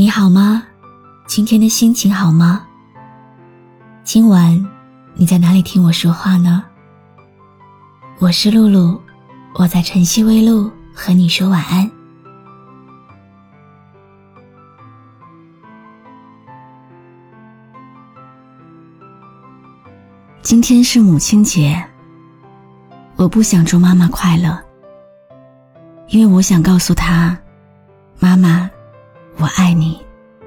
你好吗？今天的心情好吗？今晚你在哪里听我说话呢？我是露露，我在晨曦微露和你说晚安。今天是母亲节，我不想祝妈妈快乐，因为我想告诉她，妈妈，我爱你。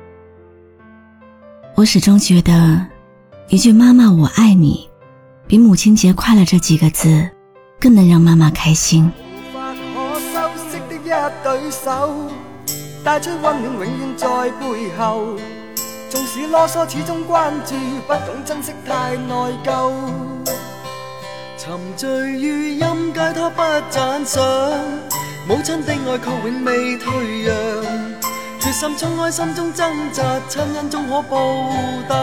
我始终觉得一句妈妈我爱你比母亲节快乐这几个字更能让妈妈开心。 无法可修饰的一对手，带出温暖永远在背后，纵使啰嗦始终关注，不懂珍惜太内疚，沉醉于音阶他不赞赏，母亲的愛卻永未退讓，決心衝開心中掙扎，親恩終可報答。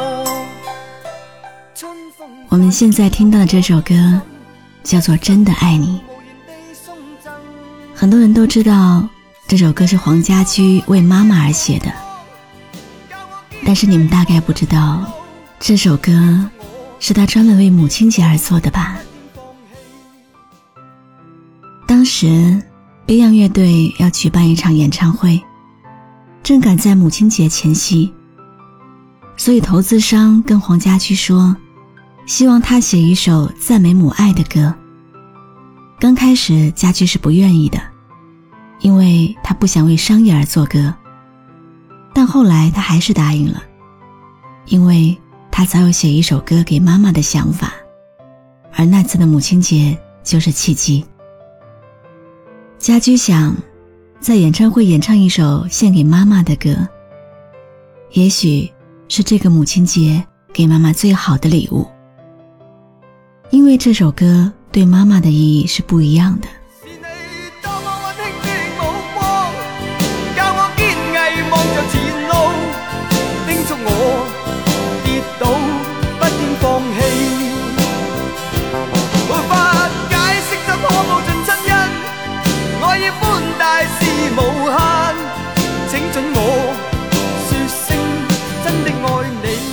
我們現在聽到的這首歌叫做《真的愛你》，很多人都知道這首歌是黃家駒為媽媽而寫的，但是你們大概不知道這首歌是他專門為母親節而做的吧。當時Beyond 樂隊要舉辦一場演唱會，正趕在母親節前夕，所以投資商跟黃家駒說，希望他寫一首讚美母愛的歌。剛開始家駒是不願意的，因為他不想為商業而做歌，但後來他還是答應了，因為他早有寫一首歌給媽媽的想法，而那次的母親節就是契機。家駒想在演唱會演唱一首獻給媽媽的歌，也許是這個母親節給媽媽最好的禮物，因為這首歌對媽媽的意義是不一樣的。 是你多麼溫馨的目光，教我堅毅望着前路，叮囑我跌倒不應放棄，無法解釋怎可報盡親恩，愛意寬大是無限，請准我說聲真的愛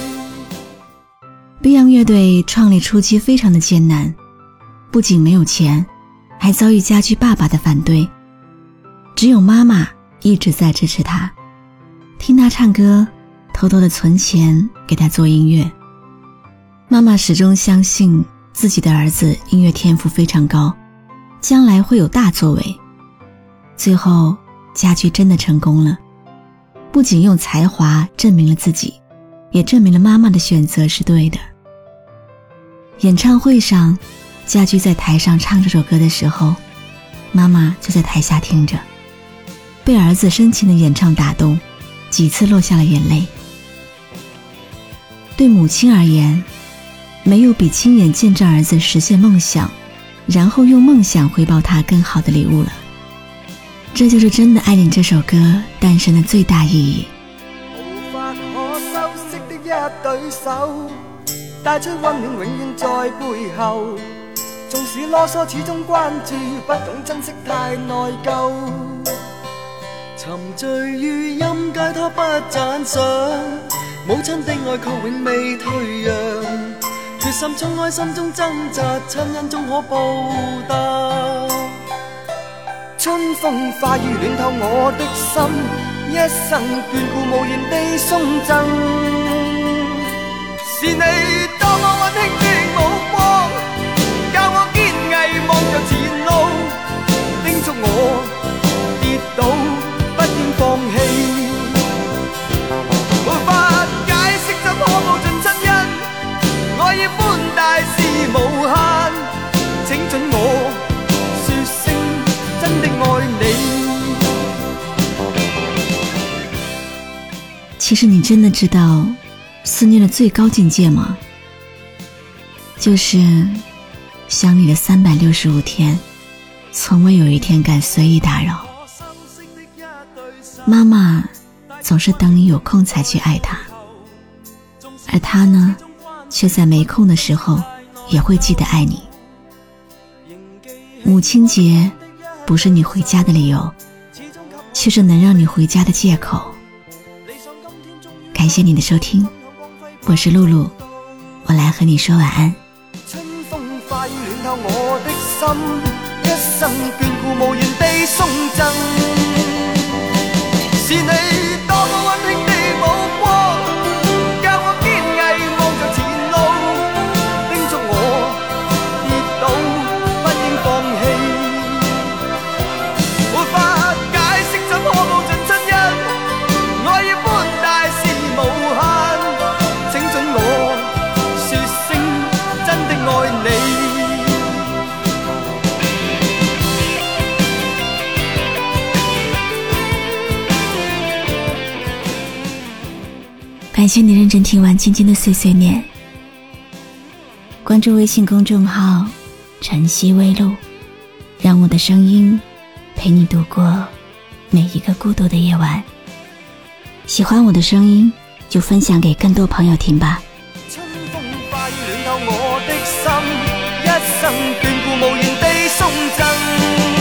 你。 Beyond 樂隊創立初期非常的艱難，不僅沒有錢，還遭遇家駒爸爸的反對，只有媽媽一直在支持他，聽他唱歌，偷偷的存錢給他做音樂。媽媽始終相信自己的兒子音樂天賦非常高，將來會有大作為。最後家駒真的成功了，不僅用才華證明了自己，也證明了媽媽的選擇是對的。演唱會上，家駒在台上唱這首歌的時候，媽媽就在台下聽着，被兒子深情的演唱打動，幾次落下了眼淚。對母親而言，沒有比親眼見證兒子實現夢想，然後用夢想回報他更好的禮物了。這就是《真的愛你》這首歌誕生的最大意義。 無法可修飾的一對手，帶出溫暖永遠在背後，縱使囉嗦始終關注，不懂珍惜太內疚，沉醉於音階他不讚賞，母親的愛卻永未退讓，決心衝開心中掙扎，親恩終可報答。春風化雨暖透我的心，一生眷顧無言地送贈。是你多麼溫馨的目光，教我堅毅望着前路，叮囑我跌倒不應放棄，無法解釋怎可報盡親恩，愛意寬大是無限，請准我說聲真的愛你。 其實你真的知道思念的最高境界嗎？就是想你的365天，從未有一天敢隨意打擾。媽媽總是等你有空才去愛她，而她呢，卻在沒空的時候也會記得愛你。母親節不是你回家的理由，卻是能讓你回家的借口。 感谢你的收听，我是露露，我来和你说晚安。 春風快暖透我的心，一生眷顧無言地送贈，是你多麼溫馨的目光，教我堅毅望着前路，叮囑我跌倒不應放棄，沒法解釋怎可報盡親恩，愛意寬大是無限，請准我說聲真的愛你。 感谢你认真听完今天的碎碎念，关注微信公众号晨曦微露，让我的声音陪你度过每一个孤独的夜晚。喜欢我的声音就分享给更多朋友听吧。 春風快暖透我的心，一生眷顧無言地送贈。